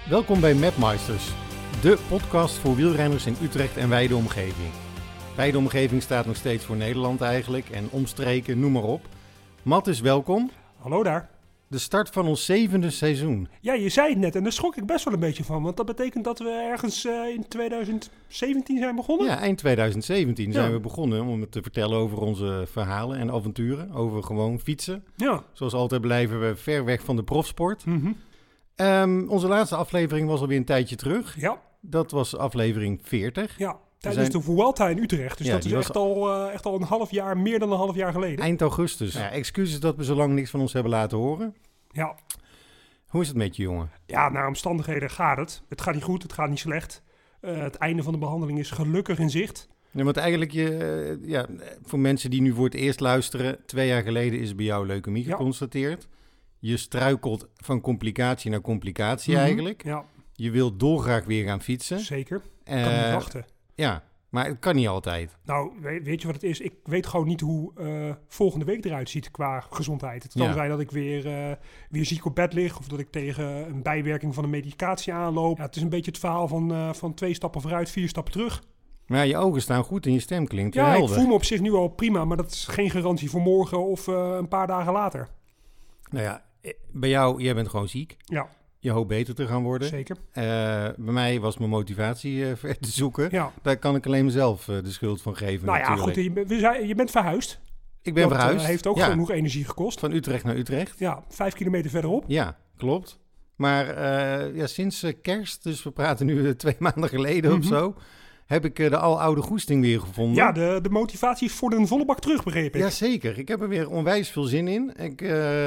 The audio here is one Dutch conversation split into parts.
Welkom bij Mapmeisters, de podcast voor wielrenners in Utrecht en wijde omgeving. Wijde omgeving staat nog steeds voor Nederland eigenlijk en omstreken, noem maar op. Matthijs, welkom. Hallo daar. De start van ons 7e seizoen. Ja, je zei het net en daar schrok ik best wel een beetje van. Want dat betekent dat we ergens in 2017 zijn begonnen? Ja, eind 2017 zijn we begonnen om het te vertellen over onze verhalen en avonturen. Over gewoon fietsen. Ja. Zoals altijd blijven we ver weg van de profsport. Mm-hmm. Onze laatste aflevering was alweer een tijdje terug. Ja. Dat was aflevering 40. Ja, tijdens de Vuelta in Utrecht. Dus ja, dat is echt al een half jaar, meer dan een half jaar geleden. Eind augustus. Ja, excuses dat we zo lang niks van ons hebben laten horen. Ja. Hoe is het met je, jongen? Ja, naar omstandigheden gaat het. Het gaat niet goed, het gaat niet slecht. Het einde van de behandeling is gelukkig in zicht. Ja, want eigenlijk, voor mensen die nu voor het eerst luisteren, 2 jaar geleden is bij jou leukemie geconstateerd. Je struikelt van complicatie naar complicatie eigenlijk. Ja. Je wilt dolgraag weer gaan fietsen. Zeker. Ik kan niet wachten. Ja, maar het kan niet altijd. Nou, weet je wat het is? Ik weet gewoon niet hoe volgende week eruit ziet qua gezondheid. Het kan zijn dat ik weer ziek op bed lig of dat ik tegen een bijwerking van een medicatie aanloop. Ja, het is een beetje het verhaal van 2 stappen vooruit, 4 stappen terug. Maar ja, je ogen staan goed en je stem klinkt ja, helder. Ik voel me op zich nu al prima, maar dat is geen garantie voor morgen of een paar dagen later. Nou ja, bij jou, jij bent gewoon ziek. Ja. Je hoopt beter te gaan worden. Zeker. Bij mij was mijn motivatie ver te zoeken. Ja. Daar kan ik alleen mezelf de schuld van geven. Nou natuurlijk. ja, goed, je bent verhuisd. Ik ben verhuisd. Dat heeft ook genoeg energie gekost. Van Utrecht naar Utrecht. Ja, 5 kilometer verderop. Ja, klopt. Maar sinds kerst, dus we praten nu 2 maanden geleden of zo, heb ik de aloude goesting weer gevonden. Ja, de motivatie is voor de volle bak terug, begreep ik. Jazeker. Ik heb er weer onwijs veel zin in. Ik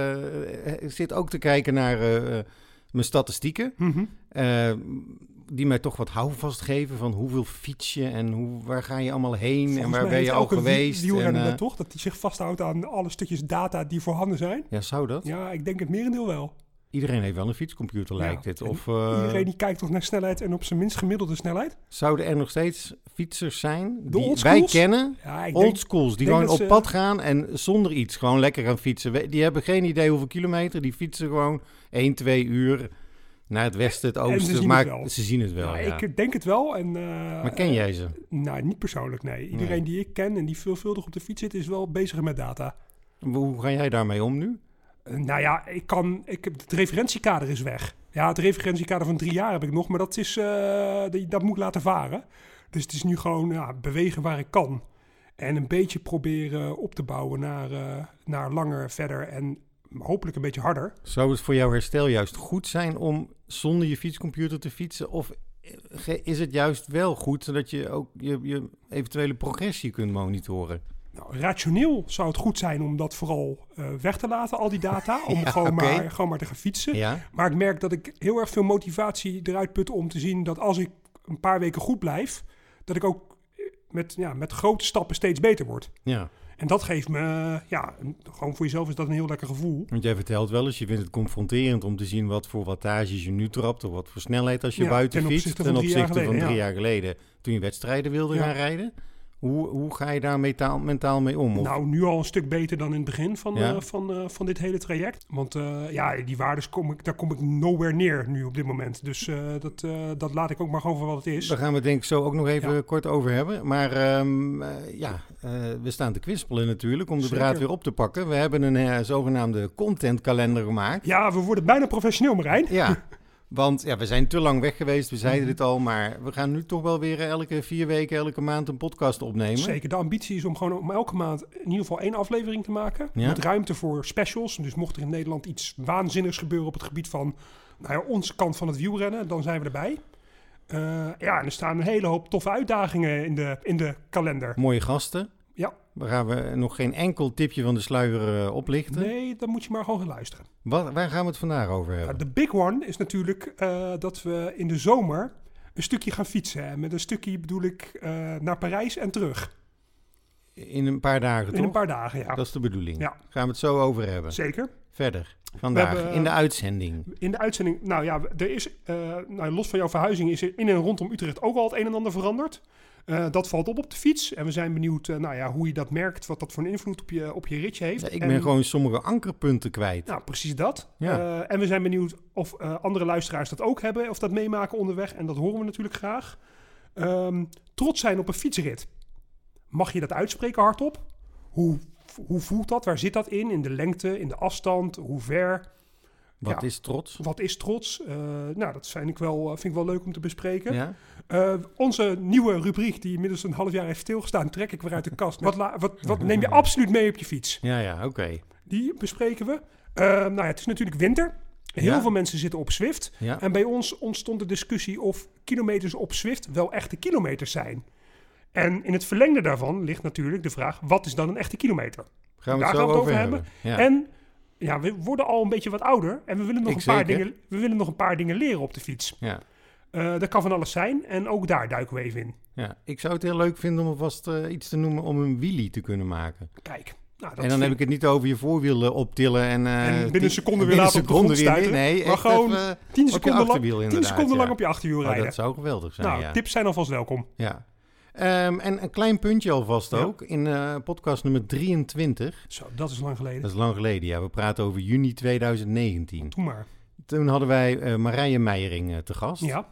zit ook te kijken naar mijn statistieken. Die mij toch wat houvast geven van hoeveel fiets je en waar ga je allemaal heen. Volgens en waar ben je al geweest. Wielrenner toch? Dat hij zich vasthoudt aan alle stukjes data die voorhanden zijn. Ja, zou dat? Ja, ik denk het merendeel wel. Iedereen heeft wel een fietscomputer, lijkt het. Of, iedereen die kijkt toch naar snelheid en op zijn minst gemiddelde snelheid? Zouden er nog steeds fietsers zijn die wij kennen? Ja, Oldschools, die gewoon op pad gaan en zonder iets gewoon lekker gaan fietsen. Die hebben geen idee hoeveel kilometer. Die fietsen gewoon 1, 2 uur naar het westen, het oosten. Maar ze zien het wel, ja. Ik denk het wel. Maar ken jij ze? Nou, niet persoonlijk, nee. Iedereen die ik ken en die veelvuldig op de fiets zit, is wel bezig met data. Hoe ga jij daarmee om nu? Nou ja, het referentiekader is weg. Ja, het referentiekader van 3 jaar heb ik nog, maar dat is dat moet ik laten varen. Dus het is nu gewoon bewegen waar ik kan. En een beetje proberen op te bouwen naar langer, verder en hopelijk een beetje harder. Zou het voor jouw herstel juist goed zijn om zonder je fietscomputer te fietsen? Of is het juist wel goed, zodat je ook je eventuele progressie kunt monitoren? Nou, rationeel zou het goed zijn om dat vooral weg te laten, al die data. Om gewoon maar te gaan fietsen. Ja. Maar ik merk dat ik heel erg veel motivatie eruit put om te zien dat als ik een paar weken goed blijf, dat ik ook met grote stappen steeds beter word. Ja. En dat geeft me, gewoon voor jezelf is dat een heel lekker gevoel. Want jij vertelt wel eens, je vindt het confronterend om te zien wat voor wattages je nu trapt, of wat voor snelheid als je buiten fietst, ten opzichte van 3 jaar geleden, toen je wedstrijden wilde gaan rijden. Hoe ga je daar mentaal mee om? Of? Nou, nu al een stuk beter dan in het begin van dit hele traject. Want die waardes daar kom ik nowhere neer nu op dit moment. Dus dat laat ik ook maar gewoon voor wat het is. Daar gaan we denk ik zo ook nog even kort over hebben. Maar we staan te kwispelen natuurlijk om de draad weer op te pakken. We hebben een zogenaamde contentkalender gemaakt. Ja, we worden bijna professioneel, Marijn. Ja. Want we zijn te lang weg geweest, we zeiden dit al, maar we gaan nu toch wel weer elke 4 weken, elke maand een podcast opnemen. Zeker, de ambitie is om gewoon om elke maand in ieder geval 1 aflevering te maken. Ja. Met ruimte voor specials. Dus mocht er in Nederland iets waanzinnigs gebeuren op het gebied van onze kant van het wielrennen, dan zijn we erbij. En er staan een hele hoop toffe uitdagingen in de kalender. Mooie gasten. Ja. Daar gaan we nog geen enkel tipje van de sluier oplichten. Nee, dan moet je maar gewoon gaan luisteren. Waar gaan we het vandaag over hebben? De big one is natuurlijk dat we in de zomer een stukje gaan fietsen. En met een stukje bedoel ik naar Parijs en terug. In een paar dagen, toch? In een paar dagen, ja. Dat is de bedoeling. Ja. Gaan we het zo over hebben. Zeker. Verder, vandaag, in de uitzending. In de uitzending, er is, los van jouw verhuizing, is er in en rondom Utrecht ook al het een en ander veranderd. Dat valt op de fiets. En we zijn benieuwd hoe je dat merkt. Wat dat voor een invloed op je ritje heeft. Ja, ik ben gewoon sommige ankerpunten kwijt. Nou, precies dat. Ja. En we zijn benieuwd of andere luisteraars dat ook hebben. Of dat meemaken onderweg. En dat horen we natuurlijk graag. Trots zijn op een fietsrit. Mag je dat uitspreken hardop? Hoe voelt dat? Waar zit dat in? In de lengte, in de afstand, hoe ver? Wat is trots? Wat is trots? Dat vind ik wel leuk om te bespreken. Ja? Onze nieuwe rubriek, die inmiddels een half jaar heeft stilgestaan, trek ik weer uit de kast. Wat neem je absoluut mee op je fiets? Ja, oké. Die bespreken we. Het is natuurlijk winter. Heel veel mensen zitten op Zwift. Ja. En bij ons ontstond de discussie of kilometers op Zwift wel echte kilometers zijn. En in het verlengde daarvan ligt natuurlijk de vraag, wat is dan een echte kilometer? Gaan we het zo over hebben. Ja. En we worden al een beetje wat ouder en we willen nog een paar dingen leren op de fiets. Ja. Dat kan van alles zijn en ook daar duiken we even in. Ja, ik zou het heel leuk vinden om alvast iets te noemen om een wheelie te kunnen maken. Kijk. En dan heb ik het niet over je voorwiel optillen en binnen een seconde weer laten op de grond stuiteren. Nee, maar gewoon 10 seconden lang op je achterwiel rijden. Dat zou geweldig zijn, tips zijn alvast welkom. Ja. En een klein puntje alvast ook. In podcast nummer 23. Zo, dat is lang geleden. Dat is lang geleden, ja. We praten over juni 2019. Doe maar. Toen hadden wij Marije Meijering te gast. Ja.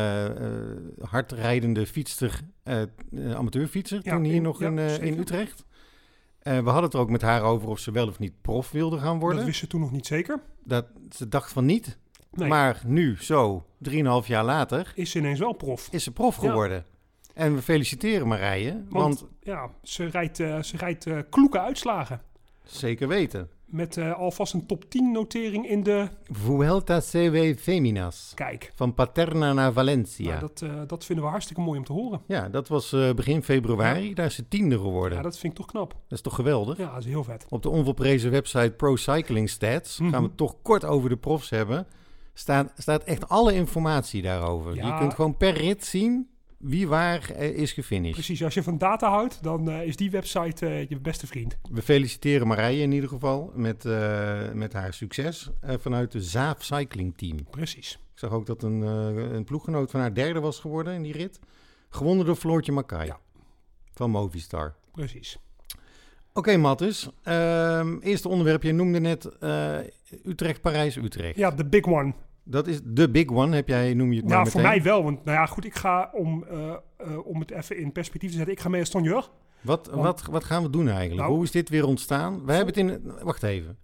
Hardrijdende fietster, amateurfietser, toen hier nog in Utrecht. We hadden het er ook met haar over of ze wel of niet prof wilde gaan worden. Dat wist ze toen nog niet zeker. Ze dacht van niet. Nee. Maar nu, zo, 3,5 jaar later... Is ze ineens wel prof. Is ze prof geworden. Ja. En we feliciteren Marije. Want ze rijdt kloeke uitslagen. Zeker weten. Met alvast een top 10 notering in de... Vuelta CW Feminas. Kijk. Van Paterna naar Valencia. Nou, dat vinden we hartstikke mooi om te horen. Ja, dat was begin februari. Ja. Daar is ze 10e geworden. Ja, dat vind ik toch knap. Dat is toch geweldig? Ja, dat is heel vet. Op de onvolprezen website Pro Cycling Stats, gaan we het toch kort over de profs hebben, staat echt alle informatie daarover. Ja. Je kunt gewoon per rit zien wie waar is gefinished. Precies, als je van data houdt, dan is die website je beste vriend. We feliciteren Marije in ieder geval met haar succes vanuit de Zaaf Cycling Team. Precies. Ik zag ook dat een ploeggenoot van haar derde was geworden in die rit. Gewonnen door Floortje Mackay van Movistar. Precies. Oké, Matthijs. Eerste onderwerp, je noemde net Utrecht, Parijs-Utrecht. Ja, de big one. Dat is de big one, noem je het nou meteen? Voor mij wel, want goed, ik ga om het even in perspectief te zetten, ik ga mee als Stonjeur. Wat gaan we doen eigenlijk? Nou, hoe is dit weer ontstaan? We hebben het wacht even,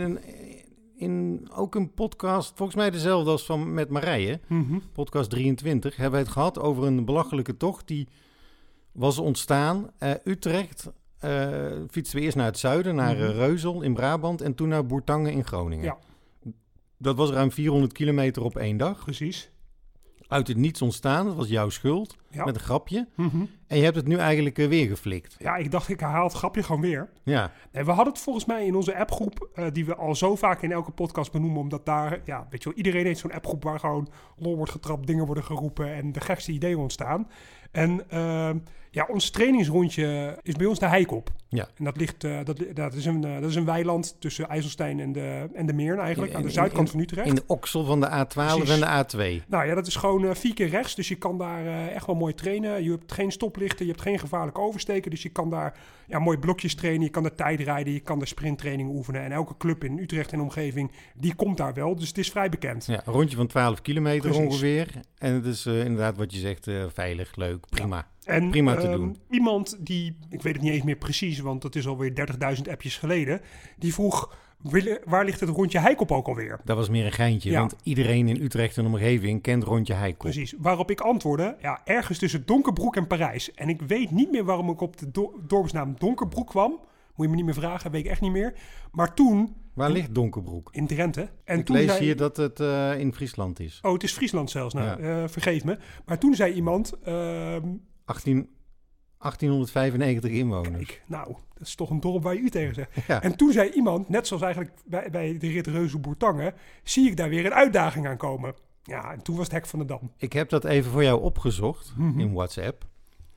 in ook een podcast, volgens mij dezelfde als met Marije, podcast 23, hebben we het gehad over een belachelijke tocht die was ontstaan. Utrecht, fietsen we eerst naar het zuiden, naar Reuzel in Brabant en toen naar Bourtange in Groningen. Ja. Dat was ruim 400 kilometer op 1 dag. Precies. Uit het niets ontstaan, dat was jouw schuld, met een grapje. Mm-hmm. En je hebt het nu eigenlijk weer geflikt. Ja, ik dacht, ik herhaal het grapje gewoon weer. Ja. Nee, we hadden het volgens mij in onze appgroep, die we al zo vaak in elke podcast benoemen, omdat daar, weet je wel, iedereen heeft zo'n appgroep waar gewoon lol wordt getrapt, dingen worden geroepen en de gekste ideeën ontstaan. En ons trainingsrondje is bij ons de Heikop. Ja. En dat ligt, dat is een weiland tussen IJsselstein en de Meern eigenlijk, aan de zuidkant van Utrecht. In de oksel van de A12 Precies. en de A2. Nou ja, dat is gewoon 4 keer rechts, dus je kan daar echt wel mooi trainen. Je hebt geen stoplichten, je hebt geen gevaarlijke oversteken, dus je kan daar mooi blokjes trainen, je kan de tijd rijden, je kan de sprinttraining oefenen. En elke club in Utrecht en omgeving, die komt daar wel, dus het is vrij bekend. Ja, een rondje van 12 kilometer ongeveer. En het is inderdaad wat je zegt, veilig, leuk, prima. Ja. En prima te doen. Iemand die, ik weet het niet eens meer precies, want dat is alweer 30.000 appjes geleden, die vroeg, waar ligt het rondje Heikop ook alweer? Dat was meer een geintje, want iedereen in Utrecht en omgeving kent rondje Heikop. Precies, waarop ik antwoordde, ergens tussen Donkerbroek en Parijs. En ik weet niet meer waarom ik op de dorpsnaam Donkerbroek kwam. Moet je me niet meer vragen, weet ik echt niet meer. Maar toen... Waar ligt Donkerbroek? In Drenthe. En ik lees hier dat het in Friesland is. Oh, het is Friesland zelfs. Nou, vergeef me. Maar toen zei iemand... 1895 inwoners. Kijk, nou, dat is toch een dorp waar je u tegen zegt. Ja. En toen zei iemand, net zoals eigenlijk bij de rit Reuzel-Bourtange, zie ik daar weer een uitdaging aan komen. Ja, en toen was het hek van de Dam. Ik heb dat even voor jou opgezocht in WhatsApp.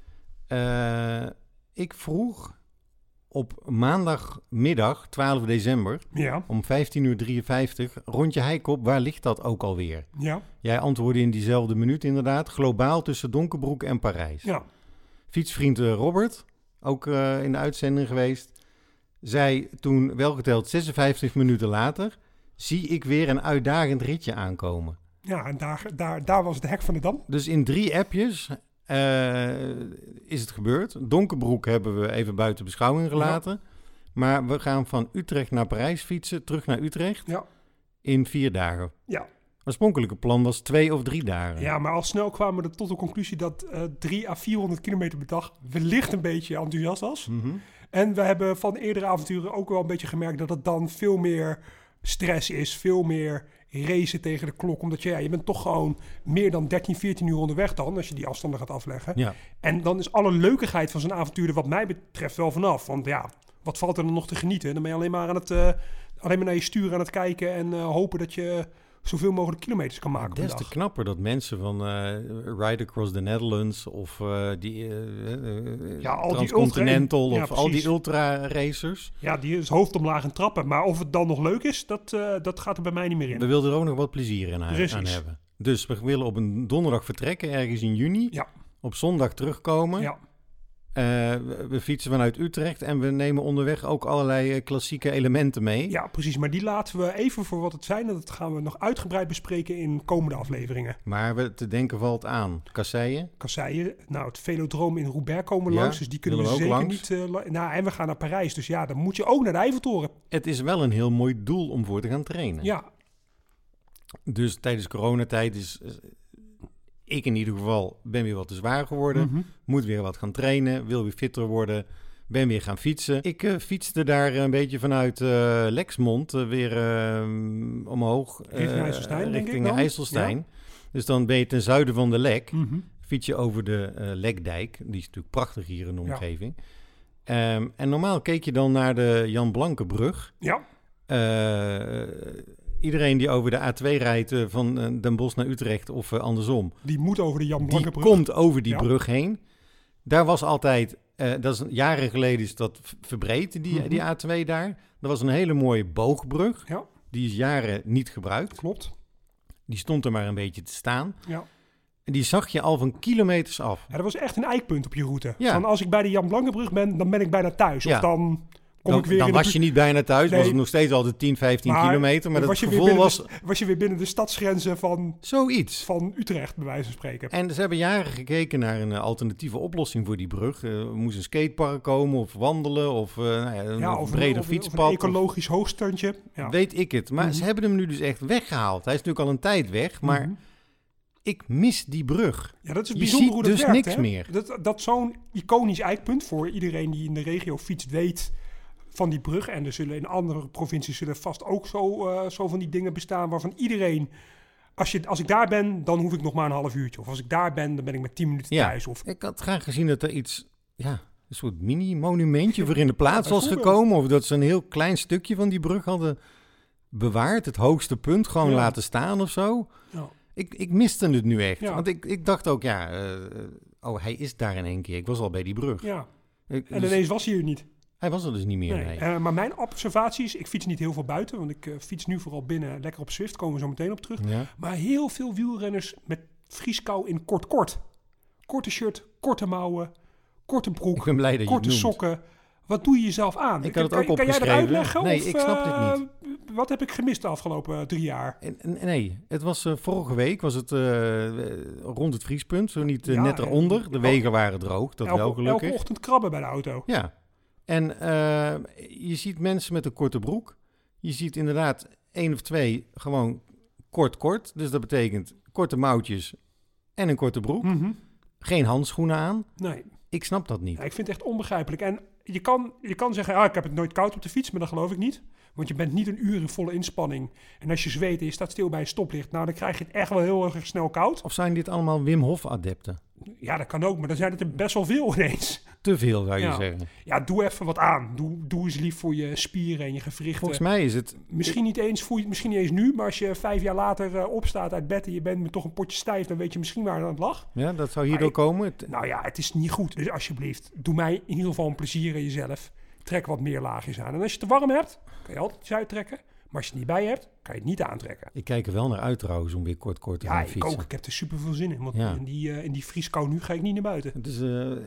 Ik vroeg op maandagmiddag 12 december om 15:53 rondje Heikop, waar ligt dat ook alweer? Ja. Jij antwoordde in diezelfde minuut inderdaad, globaal tussen Donkerbroek en Parijs. Ja. Fietsvriend Robert, ook in de uitzending geweest, zei toen welgeteld 56 minuten later, zie ik weer een uitdagend ritje aankomen. Ja, en daar was het hek van de dam. Dus in 3 appjes is het gebeurd. Donkerbroek hebben we even buiten beschouwing gelaten. Ja. Maar we gaan van Utrecht naar Parijs fietsen, terug naar Utrecht, in 4 dagen. Ja. Oorspronkelijke plan was 2 of 3 dagen. Ja, maar al snel kwamen we tot de conclusie dat 3 à 400 kilometer per dag wellicht een beetje enthousiast was. Mm-hmm. En we hebben van eerdere avonturen ook wel een beetje gemerkt dat het dan veel meer stress is, veel meer racen tegen de klok. Omdat je bent toch gewoon meer dan 13, 14 uur onderweg dan, als je die afstanden gaat afleggen. Ja. En dan is alle leukigheid van zo'n avontuur er wat mij betreft wel vanaf. Want ja, wat valt er dan nog te genieten? Dan ben je alleen maar naar je stuur aan het kijken en hopen dat je zoveel mogelijk kilometers kan maken. Des te knapper dat mensen van Ride Across the Netherlands of Transcontinental of al die ultra-racers. Ja, die is hoofd omlaag en trappen. Maar of het dan nog leuk is, dat gaat er bij mij niet meer in. We wilden er ook nog wat plezier aan hebben. Dus we willen op een donderdag vertrekken, ergens in juni. Ja. Op zondag terugkomen. Ja. We fietsen vanuit Utrecht en we nemen onderweg ook allerlei klassieke elementen mee. Ja, precies. Maar die laten we even voor wat het zijn. En dat gaan we nog uitgebreid bespreken in komende afleveringen. Maar te denken valt aan Kasseien. Het velodroom in Roubaix komen langs. Dus die kunnen we zeker langs. Niet... en we gaan naar Parijs. Dus ja, dan moet je ook naar de Eiffeltoren. Het is wel een heel mooi doel om voor te gaan trainen. Ja. Dus tijdens coronatijd is... Ik in ieder geval ben weer wat te zwaar geworden. Mm-hmm. Moet weer wat gaan trainen. Wil weer fitter worden. Ben weer gaan fietsen. Ik fietste daar een beetje vanuit Lexmond weer omhoog. Richting IJsselstein. Ja. Dus dan ben je ten zuiden van de Lek. Mm-hmm. Fiets je over de Lekdijk. Die is natuurlijk prachtig hier in de omgeving. Ja. En normaal keek je dan naar de Jan Blankenbrug. Ja. Iedereen die over de A2 rijdt van Den Bosch naar Utrecht of andersom. Die moet over de Jan Blankenbrug. Die komt over die brug heen. Daar was altijd, jaren geleden is dat verbreed, die A2 daar. Dat was een hele mooie boogbrug. Ja. Die is jaren niet gebruikt. Klopt. Die stond er maar een beetje te staan. Ja. En die zag je al van kilometers af. Ja, dat was echt een eikpunt op je route. Ja. Van als ik bij de Jan Blankenbrug ben, dan ben ik bijna thuis. Ja. Of dan was je niet bijna thuis, was het nog steeds altijd 10, 15 kilometer. Maar was je weer binnen de stadsgrenzen van Utrecht, bij wijze van spreken. En ze hebben jaren gekeken naar een alternatieve oplossing voor die brug. Er moest een skatepark komen of wandelen of een breder fietspad. Of een ecologisch hoogstandje. Ja. Weet ik het. Maar ze hebben hem nu dus echt weggehaald. Hij is natuurlijk al een tijd weg, maar... Ik mis die brug. Ja, dat is bijzonder hoe dat dus werkt. Niks meer. Dat zo'n iconisch eikpunt voor iedereen die in de regio fietst weet van die brug. En er zullen in andere provincies vast ook zo van die dingen bestaan waarvan iedereen... Als ik daar ben, dan hoef ik nog maar een half uurtje. Of als ik daar ben, dan ben ik met 10 minuten thuis. Of... Ik had graag gezien dat er iets... een soort mini-monumentje voor in de plaats was gekomen. Of dat ze een heel klein stukje van die brug hadden bewaard. Het hoogste punt gewoon laten staan of zo. Ja. Ik miste het nu echt. Ja. Want ik dacht ook, hij is daar in één keer. Ik was al bij die brug. Ja. En ineens was hij er niet. Hij was er dus niet meer. Nee. Maar mijn observaties, ik fiets niet heel veel buiten. Want ik fiets nu vooral binnen, lekker op Zwift. Komen we zo meteen op terug. Ja. Maar heel veel wielrenners met vrieskou in kort. Korte shirt, korte mouwen, korte broek, ik ben blij dat korte sokken. Wat doe je jezelf aan? Ik had het ook opgeschreven. Kan jij dat uitleggen? Nee, ik snap dit niet. Wat heb ik gemist de afgelopen 3 jaar? Nee, het was vorige week was het rond het vriespunt, zo niet net eronder. De wegen waren droog, dat wel gelukkig. Elke ochtend krabben bij de auto. Ja, en je ziet mensen met een korte broek. Je ziet inderdaad 1 of 2 gewoon kort. Dus dat betekent korte mouwtjes en een korte broek. Mm-hmm. Geen handschoenen aan. Nee. Ik snap dat niet. Ja, ik vind het echt onbegrijpelijk. En je kan zeggen, ik heb het nooit koud op de fiets, maar dat geloof ik niet. Want je bent niet een uur in volle inspanning. En als je zweet en je staat stil bij een stoplicht, dan krijg je het echt wel heel erg snel koud. Of zijn dit allemaal Wim Hof-adepten? Ja, dat kan ook, maar dan zijn het er best wel veel ineens. Te veel, zou je zeggen. Ja, doe even wat aan. Doe eens lief voor je spieren en je gewrichten. Volgens mij is het... Misschien niet eens nu, maar als je 5 jaar later opstaat uit bed en je bent met toch een potje stijf, dan weet je misschien waar aan het lag. Ja, dat zou hierdoor komen. Het is niet goed. Dus alsjeblieft, doe mij in ieder geval een plezier in jezelf. Trek wat meer laagjes aan. En als je het te warm hebt, kan je altijd iets uittrekken. Maar als je het niet bij hebt, kan je het niet aantrekken. Ik kijk er wel naar uit trouwens om weer kort te gaan fietsen. Ja, ik ook. Ik heb er super veel zin in. Want in die vrieskou nu ga ik niet naar buiten. Dus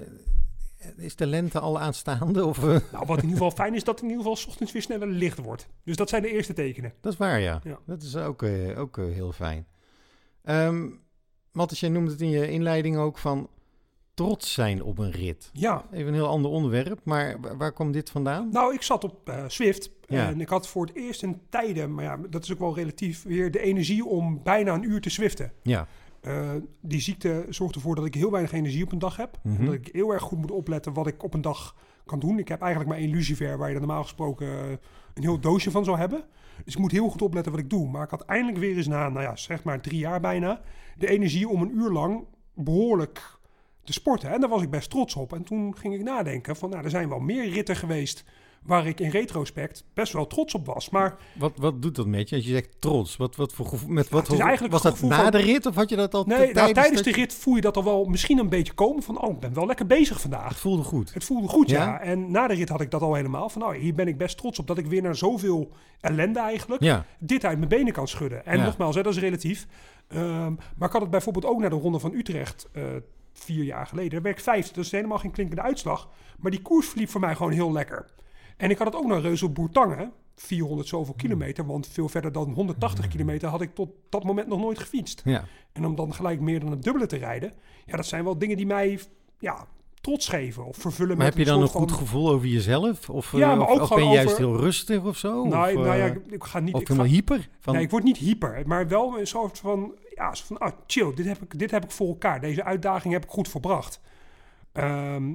is de lente al aanstaande? Of, Nou, wat in ieder geval fijn is, dat het in ieder geval 's ochtends weer sneller licht wordt. Dus dat zijn de eerste tekenen. Dat is waar, ja. Dat is ook heel fijn. Matthijs, jij noemde het in je inleiding ook van trots zijn op een rit. Ja. Even een heel ander onderwerp, maar waar komt dit vandaan? Nou, ik zat op Zwift en ik had voor het eerst in tijden, maar ja, dat is ook wel relatief, weer de energie om bijna een uur te zwiften. Ja. Die ziekte zorgt ervoor dat ik heel weinig energie op een dag heb. En dat ik heel erg goed moet opletten wat ik op een dag kan doen. Ik heb eigenlijk maar 1 lucifer waar je er normaal gesproken een heel doosje van zou hebben. Dus ik moet heel goed opletten wat ik doe. Maar ik had eindelijk weer eens na, zeg maar 3 jaar bijna, de energie om een uur lang behoorlijk te sporten. En daar was ik best trots op. En toen ging ik nadenken van, er zijn wel meer ritten geweest waar ik in retrospect best wel trots op was. Maar wat doet dat met je als je zegt trots? Wat voor gevoel? Was dat na de rit of had je dat al tijdens de rit voel je dat al wel misschien een beetje komen van, ik ben wel lekker bezig vandaag. Het voelde goed. Het voelde goed, ja. En na de rit had ik dat al helemaal van, hier ben ik best trots op dat ik weer naar zoveel ellende eigenlijk dit uit mijn benen kan schudden. En nogmaals, dat is relatief. Maar ik had het bijvoorbeeld ook naar de Ronde van Utrecht 4 jaar geleden. Daar werd ik 5e, dus helemaal geen klinkende uitslag. Maar die koers verliep voor mij gewoon heel lekker. En ik had het ook naar Reuzel-Bourtange, 400 zoveel kilometer, want veel verder dan 180 kilometer had ik tot dat moment nog nooit gefietst. Ja. En om dan gelijk meer dan het dubbele te rijden, dat zijn wel dingen die mij trots geven of vervullen. Maar met heb je dan een goed gevoel over jezelf? Of, maar ook of ben je juist heel rustig of zo? Ik ga niet... Of helemaal hyper? Nee, ik word niet hyper, maar wel een soort van, chill, dit heb ik voor elkaar. Deze uitdaging heb ik goed volbracht. En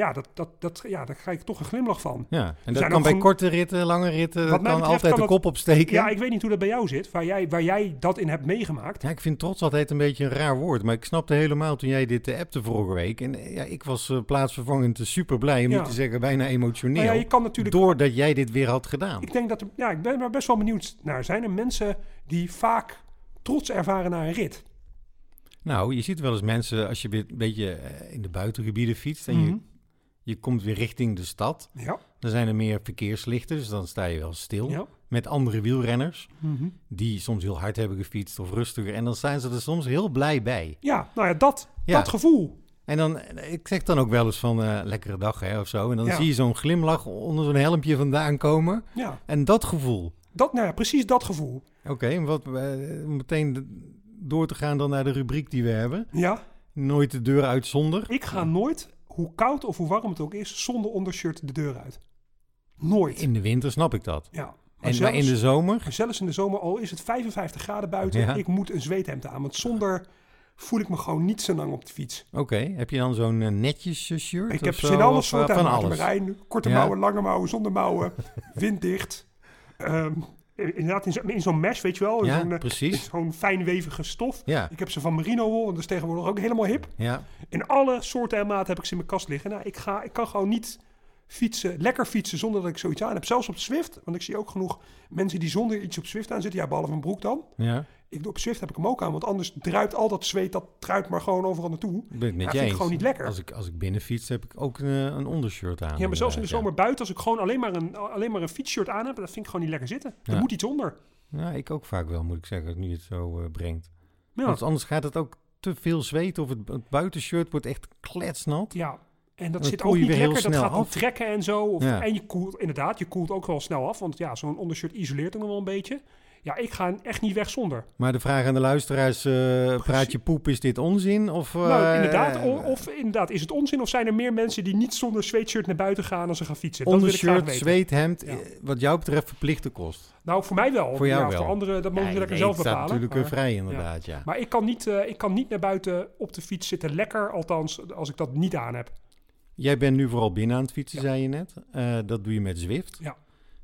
daar krijg ik toch een glimlach van. Ja, en dat kan bij korte ritten, lange ritten, dat kan altijd de kop opsteken. Ja, ik weet niet hoe dat bij jou zit, waar jij dat in hebt meegemaakt. Ja, ik vind trots altijd een beetje een raar woord, maar ik snapte helemaal toen jij dit appte vorige week. En ik was plaatsvervangend super blij, om niet te zeggen bijna emotioneel, je kan natuurlijk, doordat jij dit weer had gedaan. Ik denk ik ben er best wel benieuwd naar. Zijn er mensen die vaak trots ervaren naar een rit? Nou, je ziet wel eens mensen, als je een beetje in de buitengebieden fietst en je komt weer richting de stad. Ja. Dan zijn er meer verkeerslichten, dus dan sta je wel stil met andere wielrenners die soms heel hard hebben gefietst of rustiger. En dan zijn ze er soms heel blij bij. Ja, dat gevoel. En dan, ik zeg dan ook wel eens van lekkere dag of zo. En dan zie je zo'n glimlach onder zo'n helmpje vandaan komen. Ja. En dat gevoel. Precies dat gevoel. Oké, wat meteen door te gaan dan naar de rubriek die we hebben. Ja. Nooit de deur uit zonder. Ik ga nooit, hoe koud of hoe warm het ook is, zonder ondershirt de deur uit. Nooit. In de winter snap ik dat. Ja. Maar in de zomer? Zelfs in de zomer, al is het 55 graden buiten, ik moet een zweethemd aan. Want zonder voel ik me gewoon niet zo lang op de fiets. Oké. Heb je dan zo'n netjes shirt? Ik heb in alle soorten van alles. Marijn, korte mouwen, lange mouwen, zonder mouwen, winddicht. Inderdaad, in zo'n mesh, weet je wel. Ja, precies. Zo'n fijnwevige stof. Ja. Ik heb ze van merino wol, en dat is tegenwoordig ook helemaal hip. Ja. In alle soorten en maten heb ik ze in mijn kast liggen. Ik kan gewoon niet lekker fietsen zonder dat ik zoiets aan heb. Zelfs op Zwift, want ik zie ook genoeg mensen die zonder iets op Zwift aan zitten. Ja, behalve een broek dan. Ja. Op Zwift heb ik hem ook aan, want anders druipt al dat zweet, dat druipt maar gewoon overal naartoe. Ben ik met vind ik gewoon niet lekker. Als ik binnen fiets, heb ik ook een ondershirt aan. Ja, maar zelfs in de zomer buiten, als ik gewoon alleen maar een fietsshirt aan heb, dat vind ik gewoon niet lekker zitten. Er moet iets onder. Ja, ik ook vaak wel, moet ik zeggen, nu je het zo brengt. Ja. Want anders gaat het ook te veel zweet of het buitenshirt wordt echt kletsnat. Ja. En dat zit ook niet lekker, dat gaat dan trekken en zo. En je koelt ook wel snel af, want zo'n ondershirt isoleert hem wel een beetje. Ja, ik ga echt niet weg zonder. Maar de vraag aan de luisteraars, praat je poep, is dit onzin? Of, inderdaad, is het onzin? Of zijn er meer mensen die niet zonder sweatshirt naar buiten gaan als ze gaan fietsen? Ondershirt, zweethemd, wat jou betreft verplichte kost? Nou, voor mij wel. Voor jou wel. Voor anderen, dat mogen ze lekker zelf bepalen. Dat staat natuurlijk vrij inderdaad, ja. Maar ik kan niet naar buiten op de fiets zitten lekker, althans als ik dat niet aan heb. Jij bent nu vooral binnen aan het fietsen, zei je net. Dat doe je met Zwift. Ja.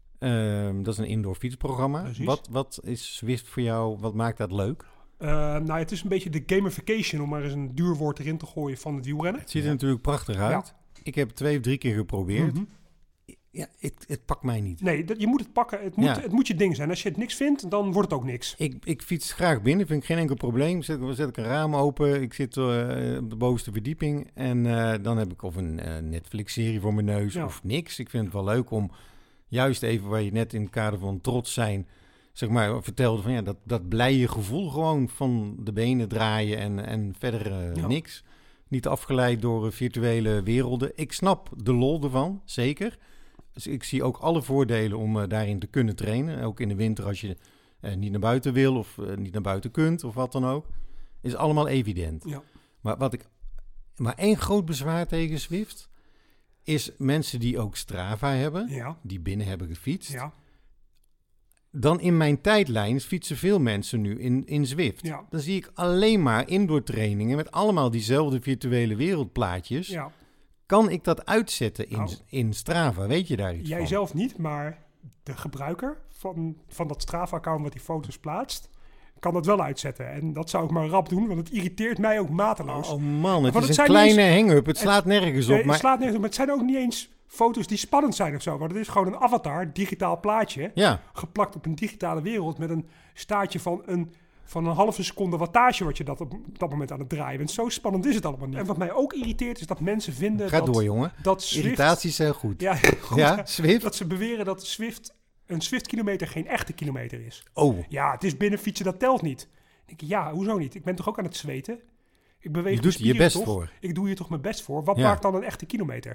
Dat is een indoor fietsprogramma. Wat is Zwift voor jou? Wat maakt dat leuk? Het is een beetje de gamification, om maar eens een duur woord erin te gooien, van het wielrennen. Het ziet er natuurlijk prachtig uit. Ja. Ik heb 2 of 3 keer geprobeerd. Mm-hmm. Ja, het pakt mij niet. Nee, je moet het pakken. Het moet je ding zijn. Als je het niks vindt, dan wordt het ook niks. Ik fiets graag binnen. Vind ik geen enkel probleem. Zet ik een raam open. Ik zit op de bovenste verdieping. En dan heb ik of een Netflix-serie voor mijn neus of niks. Ik vind het wel leuk om juist even, waar je net in het kader van trots zijn, zeg maar vertelde van dat blije gevoel gewoon van de benen draaien en verder niks. Niet afgeleid door virtuele werelden. Ik snap de lol ervan, zeker. Dus ik zie ook alle voordelen om daarin te kunnen trainen. Ook in de winter als je niet naar buiten wil of niet naar buiten kunt of wat dan ook. Is allemaal evident. Ja. Maar één groot bezwaar tegen Zwift is mensen die ook Strava hebben, die binnen hebben gefietst. Ja. Dan in mijn tijdlijn fietsen veel mensen nu in Zwift. Ja. Dan zie ik alleen maar indoor trainingen met allemaal diezelfde virtuele wereldplaatjes. Ja. Kan ik dat uitzetten in Strava? Weet je daar iets van? Jij zelf niet, maar de gebruiker van dat Strava-account wat die foto's plaatst, kan dat wel uitzetten. En dat zou ik maar rap doen, want het irriteert mij ook mateloos. Oh man, het is een kleine hang-up. Het slaat nergens op. Het slaat nergens op, maar het zijn ook niet eens foto's die spannend zijn of zo. Maar het is gewoon een avatar, digitaal plaatje, geplakt op een digitale wereld met een staartje van een halve seconde wattage wat je dat op dat moment aan het draaien bent. Zo spannend is het allemaal niet. En wat mij ook irriteert is dat mensen vinden dat Zwift, irritatie is heel goed. Zwift. Dat ze beweren dat een Zwift-kilometer geen echte kilometer is. Oh. Ja, het is binnen fietsen, dat telt niet. Dan denk ik, hoezo niet? Ik ben toch ook aan het zweten? Ik beweeg je doet je best toch? voor. Ik doe hier toch mijn best voor? Wat maakt dan een echte kilometer?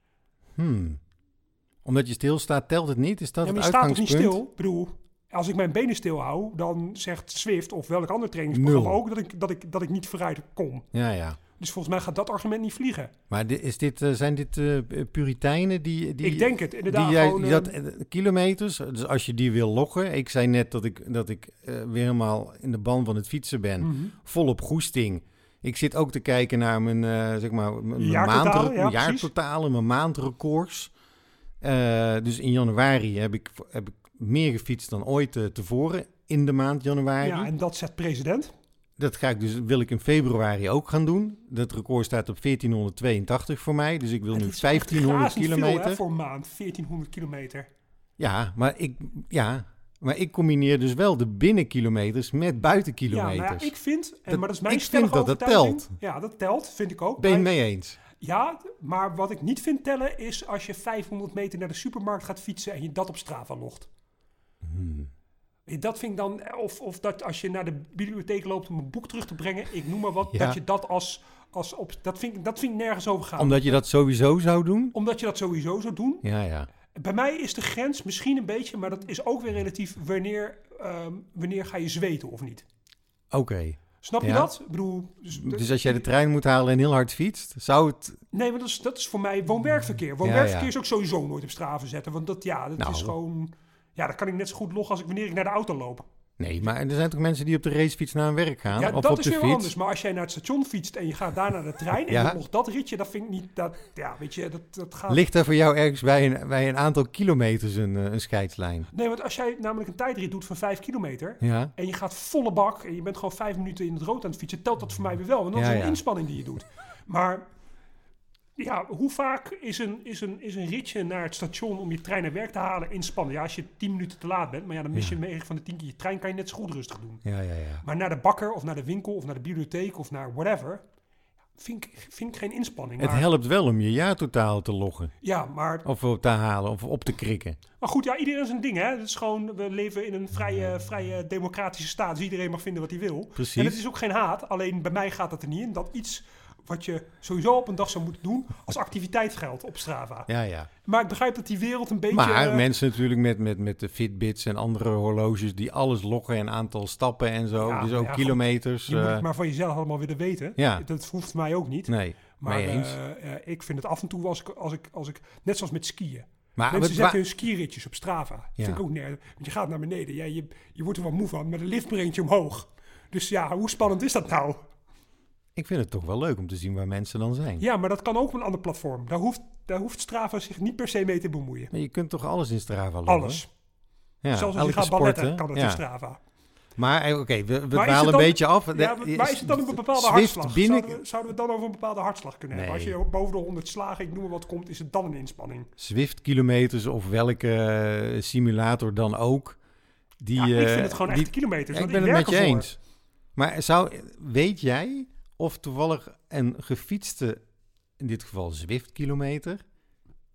Omdat je stilstaat, telt het niet? Is dat het uitgangspunt? Je staat toch niet stil? Ik bedoel, als ik mijn benen stil hou, dan zegt Zwift of welk ander trainingsprogramma ook dat ik niet vooruit kom. Ja. Dus volgens mij gaat dat argument niet vliegen. Maar zijn dit Puritijnen die... Ik denk het, inderdaad. Kilometers, dus als je die wil loggen. Ik zei net dat ik weer helemaal in de ban van het fietsen ben. Volop goesting. Ik zit ook te kijken naar mijn jaartotalen, mijn maandrecords. Dus in januari heb ik meer gefietst dan ooit tevoren in de maand januari. Ja, en dat zet president. Dat wil ik in februari ook gaan doen. Dat record staat op 1482 voor mij. Dus ik wil nu 1500 kilometer. Veel, voor een maand, 1400 kilometer. Ja, maar ik combineer dus wel de binnenkilometers met buitenkilometers. Ja, ik vind, maar dat is mijn stellige overtuiging. Dat telt. Ja, dat telt, vind ik ook. Ben je het mee eens? Ja, maar wat ik niet vind tellen is als je 500 meter naar de supermarkt gaat fietsen en je dat op Strava logt. Dat vind ik dan, of dat als je naar de bibliotheek loopt om een boek terug te brengen, ik noem maar wat, dat je dat dat vind ik nergens over gaan. Omdat je dat sowieso zou doen? Omdat je dat sowieso zou doen. Ja. Bij mij is de grens misschien een beetje, maar dat is ook weer relatief wanneer ga je zweten of niet. Oké. Snap je dat? Ik bedoel, dus als jij de trein moet halen en heel hard fietst, zou het... Nee, maar dat is voor mij woon-werkverkeer. Woon-werkverkeer is ook sowieso nooit op Strava zetten, want dat is gewoon... Ja, dat kan ik net zo goed loggen als wanneer ik naar de auto loop. Nee, maar er zijn toch mensen die op de racefiets naar hun werk gaan? Ja, of dat op is de weer fiets? anders. Maar als jij naar het station fietst en je gaat daar naar de trein en je logt dat ritje, dat vind ik niet... weet je, dat gaat... Ligt er voor jou ergens bij een aantal kilometers een scheidslijn? Nee, want als jij namelijk een tijdrit doet van 5 kilometer en je gaat volle bak en je bent gewoon 5 minuten in het rood aan het fietsen, telt dat voor mij weer wel. Want dat is een inspanning die je doet. Maar... Ja, hoe vaak is een ritje naar het station om je trein naar werk te halen inspannen? Ja, als je 10 minuten te laat bent, maar dan mis je 9 van de 10 keer je trein, kan je net zo goed rustig doen. Ja. Maar naar de bakker of naar de winkel of naar de bibliotheek of naar whatever, vind ik geen inspanning. Het helpt wel om je jaartotaal te loggen. Ja, maar... Of te halen of op te krikken. Maar goed, iedereen zijn ding, hè. Het is gewoon, we leven in een vrije democratische staat, dus iedereen mag vinden wat hij wil. Precies. En het is ook geen haat, alleen bij mij gaat het er niet in dat iets... wat je sowieso op een dag zou moeten doen als activiteit geldt op Strava. Ja. Maar ik begrijp dat die wereld een beetje... Maar mensen natuurlijk met de Fitbits en andere horloges die alles loggen en aantal stappen en zo. Ja, dus ook kilometers. Je moet het maar van jezelf allemaal willen weten. Ja. Dat hoeft mij ook niet. Nee, maar eens. Ik vind het af en toe als ik net zoals met skiën. Maar mensen zetten hun skiritjes op Strava. Dat vind ik ook nergens. Want je gaat naar beneden. Ja, je wordt er wel moe van, maar de lift brengt je omhoog. Dus ja, hoe spannend is dat nou? Ik vind het toch wel leuk om te zien waar mensen dan zijn. Ja, maar dat kan ook op een ander platform. Daar hoeft Strava zich niet per se mee te bemoeien. Maar je kunt toch alles in Strava loggen? Alles. Ja, zelfs als je gaat balletten, kan het in Strava. Maar oké, we dwalen een beetje af. Maar is het dan een bepaalde hartslag? Zouden we dan over een bepaalde hartslag kunnen hebben? Als je boven de 100 slagen, ik noem maar wat komt, is het dan een inspanning? Zwift-kilometers of welke simulator dan ook. Ik vind het gewoon echte kilometers. Ik ben het met je eens. Maar weet jij of toevallig een gefietste, in dit geval Zwift-kilometer,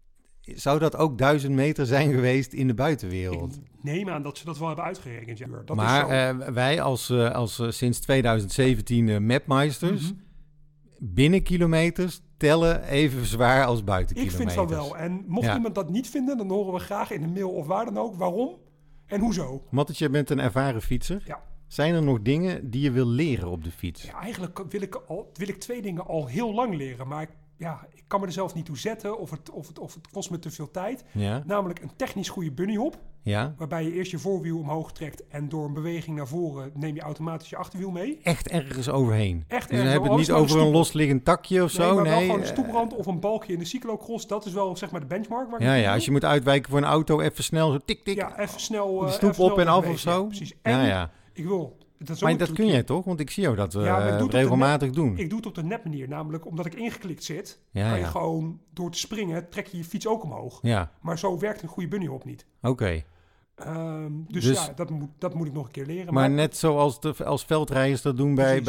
zou dat ook 1000 meter zijn geweest in de buitenwereld? Ik neem aan dat ze dat wel hebben uitgerekend. Ja. Dat maar is zo. Wij als sinds 2017 mapmeisters... binnen kilometers tellen even zwaar als buiten kilometers. Ik vind van wel. En mocht iemand dat niet vinden, dan horen we graag in een mail of waar dan ook waarom en hoezo. Mattetje, je bent een ervaren fietser. Ja. Zijn er nog dingen die je wil leren op de fiets? Ja, eigenlijk wil ik 2 dingen al heel lang leren, maar ik kan me er zelf niet toe zetten of het kost me te veel tijd. Ja. Namelijk een technisch goede bunnyhop. Ja. Waarbij je eerst je voorwiel omhoog trekt en door een beweging naar voren neem je automatisch je achterwiel mee. Echt ergens overheen. Echt dus ergens. we hebben het niet over een losliggend takje of zo. Maar wel gewoon een stoeprand of een balkje in de cyclocross. Dat is wel zeg maar de benchmark. Waar als je moet uitwijken voor een auto, even snel zo tik tik. Ja, even snel. De stoep op en af of zo. Ja, precies. En ik wil... Maar dat kun jij toch? Want ik zie jou dat regelmatig doen. Ik doe het op de nepmanier. Namelijk omdat ik ingeklikt zit. Kan je gewoon door te springen trek je fiets ook omhoog. Ja. Maar zo werkt een goede bunnyhop niet. Oké. Dus dat moet ik nog een keer leren. Maar net zoals als veldrijders dat doen bij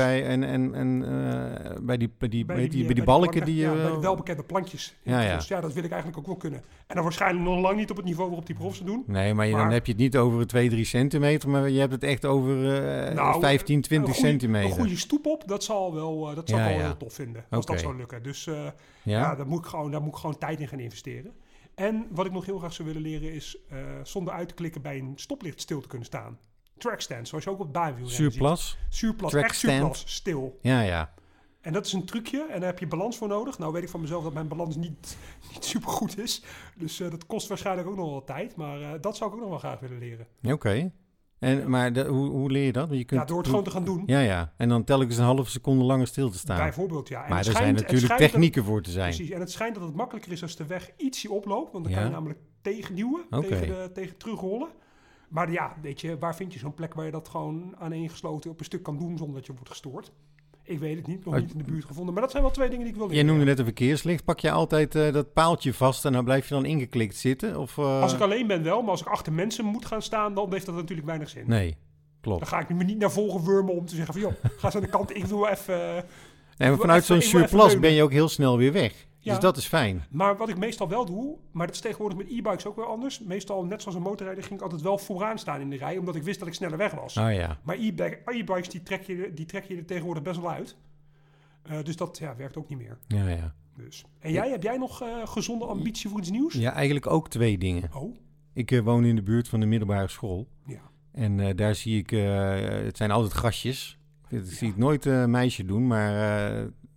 die balken die je... bij de welbekende plantjes. Dus dat wil ik eigenlijk ook wel kunnen. En dan waarschijnlijk nog lang niet op het niveau waarop die profs doen. Nee, maar dan heb je het niet over 2-3 centimeter, maar je hebt het echt over 15, 20 centimeter. Een goede stoep op, dat zal wel heel tof vinden. Als dat zou lukken. Dus daar moet ik gewoon tijd in gaan investeren. En wat ik nog heel graag zou willen leren is zonder uit te klikken bij een stoplicht stil te kunnen staan. Trackstand, zoals je ook op baanwielrennen ziet. Surplus, echt surplus, stil. Ja. En dat is een trucje en daar heb je balans voor nodig. Nou weet ik van mezelf dat mijn balans niet super goed is. Dus dat kost waarschijnlijk ook nog wel tijd. Maar dat zou ik ook nog wel graag willen leren. Oké. Maar hoe leer je dat? Je kunt door het gewoon te gaan doen. Ja. En dan telkens een halve seconde langer stil te staan. Bijvoorbeeld, ja. En maar er zijn natuurlijk technieken voor te zijn. Precies. En het schijnt dat het makkelijker is als de weg ietsje oploopt. Want dan kan je namelijk tegenduwen, tegen terugrollen. Maar weet je, waar vind je zo'n plek waar je dat gewoon aaneengesloten op een stuk kan doen zonder dat je wordt gestoord? Ik weet het niet, nog niet in de buurt gevonden. Maar dat zijn wel 2 dingen die ik wil leren. Jij noemde net een verkeerslicht. Pak je altijd dat paaltje vast en dan blijf je dan ingeklikt zitten? Of, Als ik alleen ben wel, maar als ik achter mensen moet gaan staan, dan heeft dat natuurlijk weinig zin. Nee, klopt. Dan ga ik me niet naar voren wurmen om te zeggen van, ga eens aan de kant, ik wil even... Nee, maar vanuit zo'n surplus ben je ook heel snel weer weg. Ja, dus dat is fijn. Maar wat ik meestal wel doe, maar dat is tegenwoordig met e-bikes ook weer anders. Meestal, net zoals een motorrijder, ging ik altijd wel vooraan staan in de rij, omdat ik wist dat ik sneller weg was. Oh, ja. Maar e-bikes, die trek je er tegenwoordig best wel uit. Dus dat werkt ook niet meer. Ja. Dus. En heb jij nog gezonde ambitie voor iets nieuws? Ja, eigenlijk ook 2 dingen. Oh. Ik woon in de buurt van de middelbare school. Ja. En daar zie ik, het zijn altijd gastjes. Ik zie ik nooit een meisje doen, maar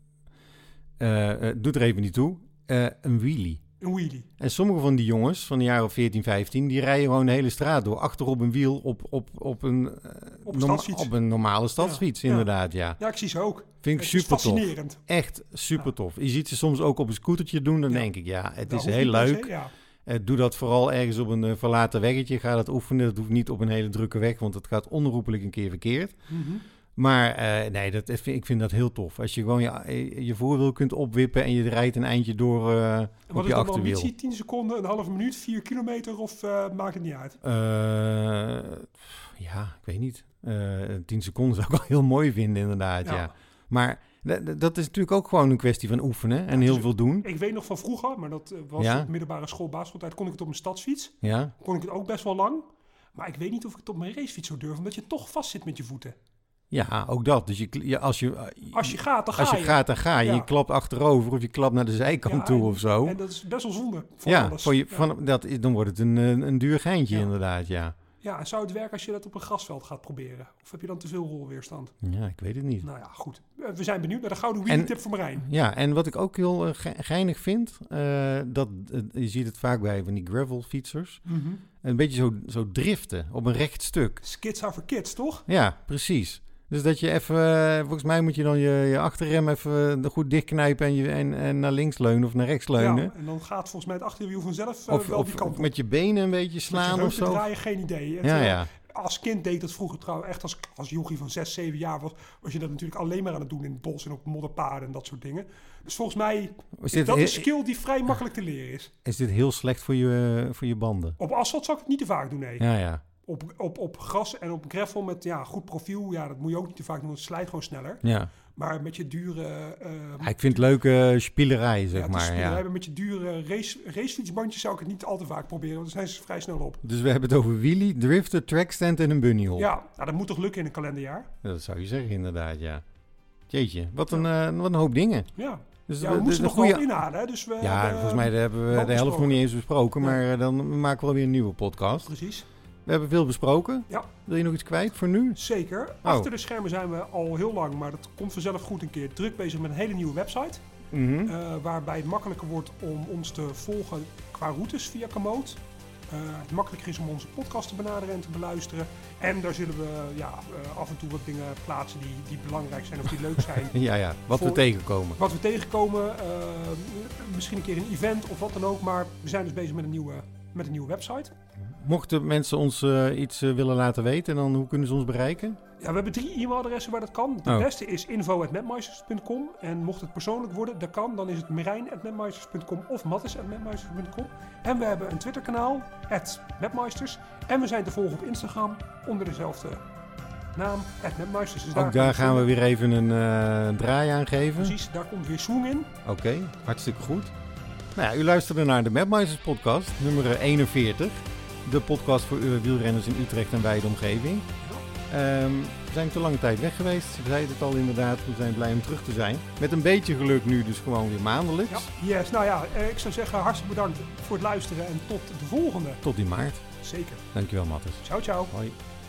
doet er even niet toe. Een wheelie. Een wheelie. En sommige van die jongens van de jaren 14, 15, die rijden gewoon de hele straat door. Achterop een wiel op een normale stadsfiets, inderdaad. Ja, ik zie ze ook. Vind ik super tof. Echt super tof. Je ziet ze soms ook op een scootertje doen. Dan denk ik, het is heel leuk. Doe dat vooral ergens op een verlaten weggetje. Ga dat oefenen. Dat hoeft niet op een hele drukke weg, want het gaat onherroepelijk een keer verkeerd. Mm-hmm. Maar ik vind dat heel tof. Als je gewoon je voorwiel kunt opwippen en je rijdt een eindje door op je achterwiel. Wat is dan ambitie? 10 seconden, een halve minuut, 4 kilometer of maakt het niet uit? Ik weet niet. 10 seconden zou ik wel heel mooi vinden inderdaad, ja. Maar dat is natuurlijk ook gewoon een kwestie van oefenen en heel veel doen. Ik weet nog van vroeger, maar dat was op middelbare school, basisschooltijd, kon ik het op mijn stadsfiets. Ja. Kon ik het ook best wel lang. Maar ik weet niet of ik het op mijn racefiets zou durven, omdat je toch vast zit met je voeten. Ja, ook dat. Dus als je gaat, dan ga je. Als je gaat, dan ga je. Ja. Je klapt achterover of je klapt naar de zijkant toe of zo. En dat is best wel zonde. Dan wordt het een duur geintje inderdaad, ja. Ja, en zou het werken als je dat op een grasveld gaat proberen? Of heb je dan te veel rolweerstand? Ja, ik weet het niet. Nou ja, goed. We zijn benieuwd naar de gouden wheelie-tip van Marijn. Ja, en wat ik ook heel geinig vind, je ziet het vaak bij van die gravelfietsers. Mm-hmm. Een beetje zo driften op een recht stuk. Skits are for kids, toch? Ja, precies. Dus dat je even, volgens mij moet je dan je achterrem even goed dichtknijpen en naar links leunen of naar rechts leunen. Ja, en dan gaat volgens mij het achterwiel vanzelf wel die kant op. Met je benen een beetje slaan of zo. Draaien, geen idee. Ja. Als kind deed dat vroeger trouwens, echt als jochie van 6, 7 jaar was je dat natuurlijk alleen maar aan het doen in het bos en op modderpaden en dat soort dingen. Dus volgens mij is dat een skill die vrij makkelijk te leren is. Is dit heel slecht voor je banden? Op asfalt zou ik het niet te vaak doen, nee. Ja. Op gras en op gravel met goed profiel, dat moet je ook niet te vaak doen, want het slijt gewoon sneller. Ja. Maar met je dure... ik vind het leuke spielerij, zeg maar. Spielerij, maar met je dure racefietsbandjes zou ik het niet al te vaak proberen. Want dan zijn ze vrij snel op. Dus we hebben het over wheelie, drifter, trackstand en een bunnyhop. Ja, dat moet toch lukken in een kalenderjaar? Ja, dat zou je zeggen, inderdaad, ja. Jeetje, wat een hoop dingen. Ja. Dus we moesten nog wel inhalen. Hè? Dus volgens mij hebben we de helft nog niet eens besproken. Maar dan maken we wel weer een nieuwe podcast. Precies. We hebben veel besproken. Ja. Wil je nog iets kwijt voor nu? Zeker. Achter de schermen zijn we al heel lang, maar dat komt vanzelf goed een keer, druk bezig met een hele nieuwe website. Mm-hmm. Waarbij het makkelijker wordt om ons te volgen qua routes via Komoot. Het makkelijker is om onze podcast te benaderen en te beluisteren. En daar zullen we af en toe wat dingen plaatsen die belangrijk zijn of die leuk zijn. We tegenkomen. Wat we tegenkomen. Misschien een keer een event of wat dan ook. Maar we zijn dus bezig met een nieuwe website. Mochten mensen ons iets willen laten weten, dan hoe kunnen ze ons bereiken? Ja, we hebben 3 e-mailadressen waar dat kan. De beste is info@mapmeisters.com. En mocht het persoonlijk worden, dat kan. Dan is het merijn@mapmeisters.com of mattis@mapmeisters.com. En we hebben een Twitterkanaal, @mapmeisters. En we zijn te volgen op Instagram onder dezelfde naam, @mapmeisters. Dus ook daar gaan we weer even een draai aan geven. Precies, daar komt weer swing in. Oké, hartstikke goed. Nou ja, u luisterde naar de Mapmeisters podcast, nummer 41. De podcast voor wielrenners in Utrecht en wijde omgeving. We zijn te lange tijd weg geweest. We zeiden het al inderdaad. We zijn blij om terug te zijn. Met een beetje geluk nu dus gewoon weer maandelijks. Ja. Yes, nou ja, ik zou zeggen hartstikke bedankt voor het luisteren en tot de volgende. Tot in maart. Zeker. Dankjewel, Mattis. Ciao, ciao. Hoi.